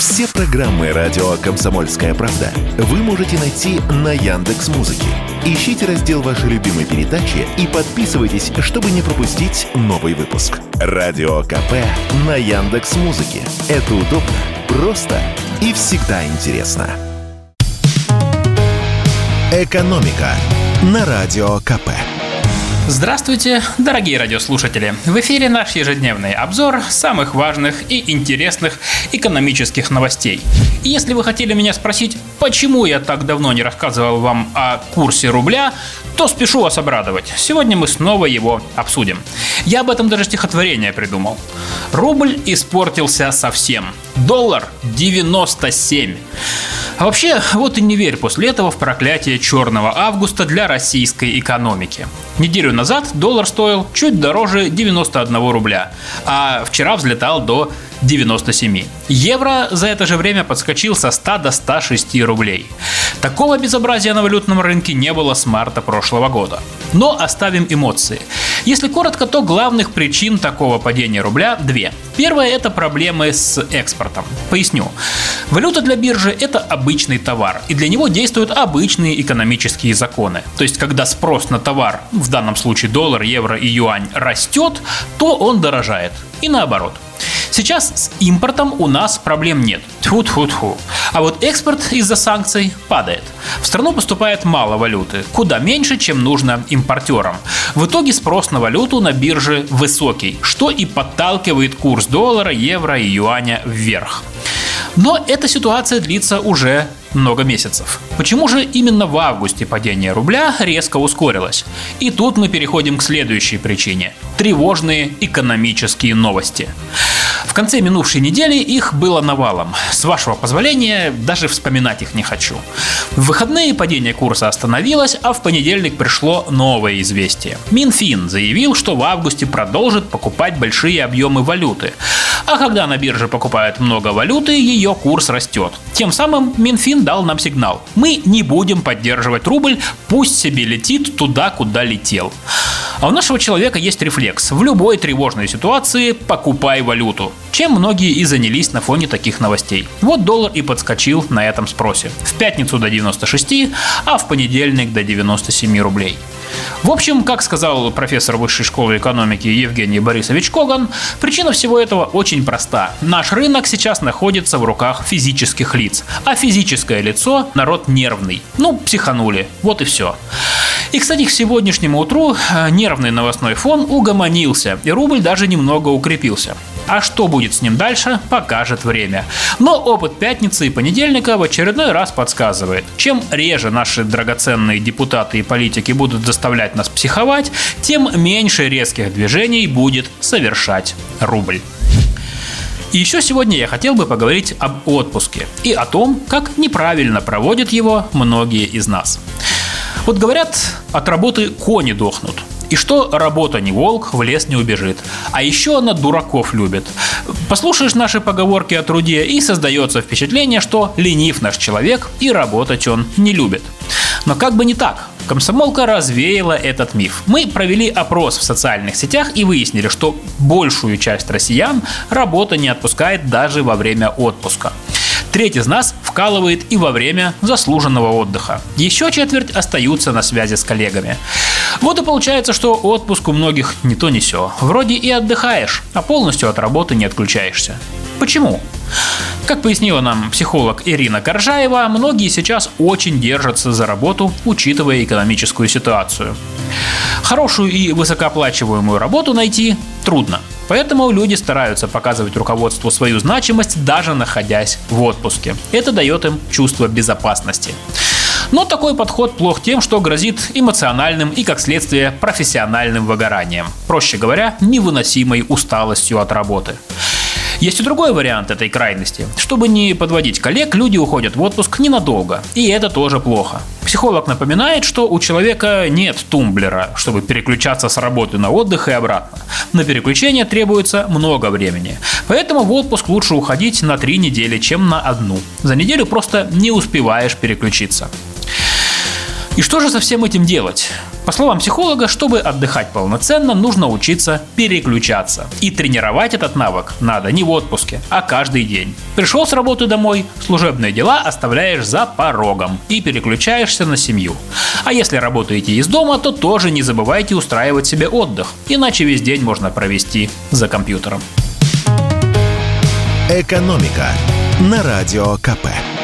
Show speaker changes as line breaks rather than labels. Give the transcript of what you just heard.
Все программы радио «Комсомольская правда» вы можете найти на Яндекс.Музыке. Ищите раздел вашей любимой передачи и подписывайтесь, чтобы не пропустить новый выпуск. Радио КП на Яндекс.Музыке. Это удобно, просто и всегда интересно. «Экономика» на Радио КП.
Здравствуйте, дорогие радиослушатели! В эфире наш ежедневный обзор самых важных и интересных экономических новостей. И если вы хотели меня спросить, почему я так давно не рассказывал вам о курсе рубля, то спешу вас обрадовать. Сегодня мы снова его обсудим. Я об этом даже стихотворение придумал. Рубль испортился совсем. Доллар 97. А вообще, вот и не верь после этого в проклятие черного августа для российской экономики. Неделю назад доллар стоил чуть дороже 91 рубля, а вчера взлетал до 97. Евро за это же время подскочил со 100 до 106 рублей. Такого безобразия на валютном рынке не было с марта прошлого года. Но оставим эмоции. Если коротко, то главных причин такого падения рубля две. Первая – это проблемы с экспортом. Поясню. Валюта для биржи – это обычный товар, и для него действуют обычные экономические законы. То есть, когда спрос на товар, в данном случае доллар, евро и юань, растет, то он дорожает. И наоборот. Сейчас с импортом у нас проблем нет. Тьфу-тьфу-тьфу. А вот экспорт из-за санкций падает. В страну поступает мало валюты, куда меньше, чем нужно импортерам. В итоге спрос на валюту на бирже высокий, что и подталкивает курс доллара, евро и юаня вверх. Но эта ситуация длится уже много месяцев. Почему же именно в августе падение рубля резко ускорилось? И тут мы переходим к следующей причине – тревожные экономические новости. В конце минувшей недели их было навалом. С вашего позволения, даже вспоминать их не хочу. В выходные падение курса остановилось, а в понедельник пришло новое известие. Минфин заявил, что в августе продолжит покупать большие объемы валюты. А когда на бирже покупают много валюты, ее курс растет. Тем самым Минфин дал нам сигнал. Мы не будем поддерживать рубль, пусть себе летит туда, куда летел. А у нашего человека есть рефлекс. В любой тревожной ситуации покупай валюту. Чем многие и занялись на фоне таких новостей. Вот доллар и подскочил на этом спросе. В пятницу до 96, а в понедельник до 97 рублей. В общем, как сказал профессор Высшей школы экономики Евгений Борисович Коган, причина всего этого очень проста. Наш рынок сейчас находится в руках физических лиц. А физическое лицо – народ нервный. Психанули. Вот и все. И, кстати, к сегодняшнему утру нервный новостной фон угомонился, и рубль даже немного укрепился. А что будет с ним дальше, покажет время. Но опыт пятницы и понедельника в очередной раз подсказывает. Чем реже наши драгоценные депутаты и политики будут заставлять нас психовать, тем меньше резких движений будет совершать рубль. И еще сегодня я хотел бы поговорить об отпуске и о том, как неправильно проводят его многие из нас. Вот говорят, от работы кони дохнут. И что работа не волк, в лес не убежит. А еще она дураков любит. Послушаешь наши поговорки о труде, и создается впечатление, что ленив наш человек и работать он не любит. Но как бы не так. Комсомолка развеяла этот миф. Мы провели опрос в социальных сетях и выяснили, что большую часть россиян работа не отпускает даже во время отпуска. Треть из нас вкалывает и во время заслуженного отдыха. Еще четверть остаются на связи с коллегами. Вот и получается, что отпуск у многих не то ни сё. Вроде и отдыхаешь, а полностью от работы не отключаешься. Почему? Как пояснила нам психолог Ирина Коржаева, многие сейчас очень держатся за работу, учитывая экономическую ситуацию. Хорошую и высокооплачиваемую работу найти трудно. Поэтому люди стараются показывать руководству свою значимость, даже находясь в отпуске. Это дает им чувство безопасности. Но такой подход плох тем, что грозит эмоциональным и, как следствие, профессиональным выгоранием. Проще говоря, невыносимой усталостью от работы. Есть и другой вариант этой крайности. Чтобы не подводить коллег, люди уходят в отпуск ненадолго. И это тоже плохо. Психолог напоминает, что у человека нет тумблера, чтобы переключаться с работы на отдых и обратно. На переключение требуется много времени. Поэтому в отпуск лучше уходить на 3 недели, чем на 1. За неделю просто не успеваешь переключиться. И что же со всем этим делать? По словам психолога, чтобы отдыхать полноценно, нужно учиться переключаться. И тренировать этот навык надо не в отпуске, а каждый день. Пришел с работы домой, служебные дела оставляешь за порогом и переключаешься на семью. А если работаете из дома, то тоже не забывайте устраивать себе отдых, иначе весь день можно провести за компьютером.
«Экономика» на Радио КП.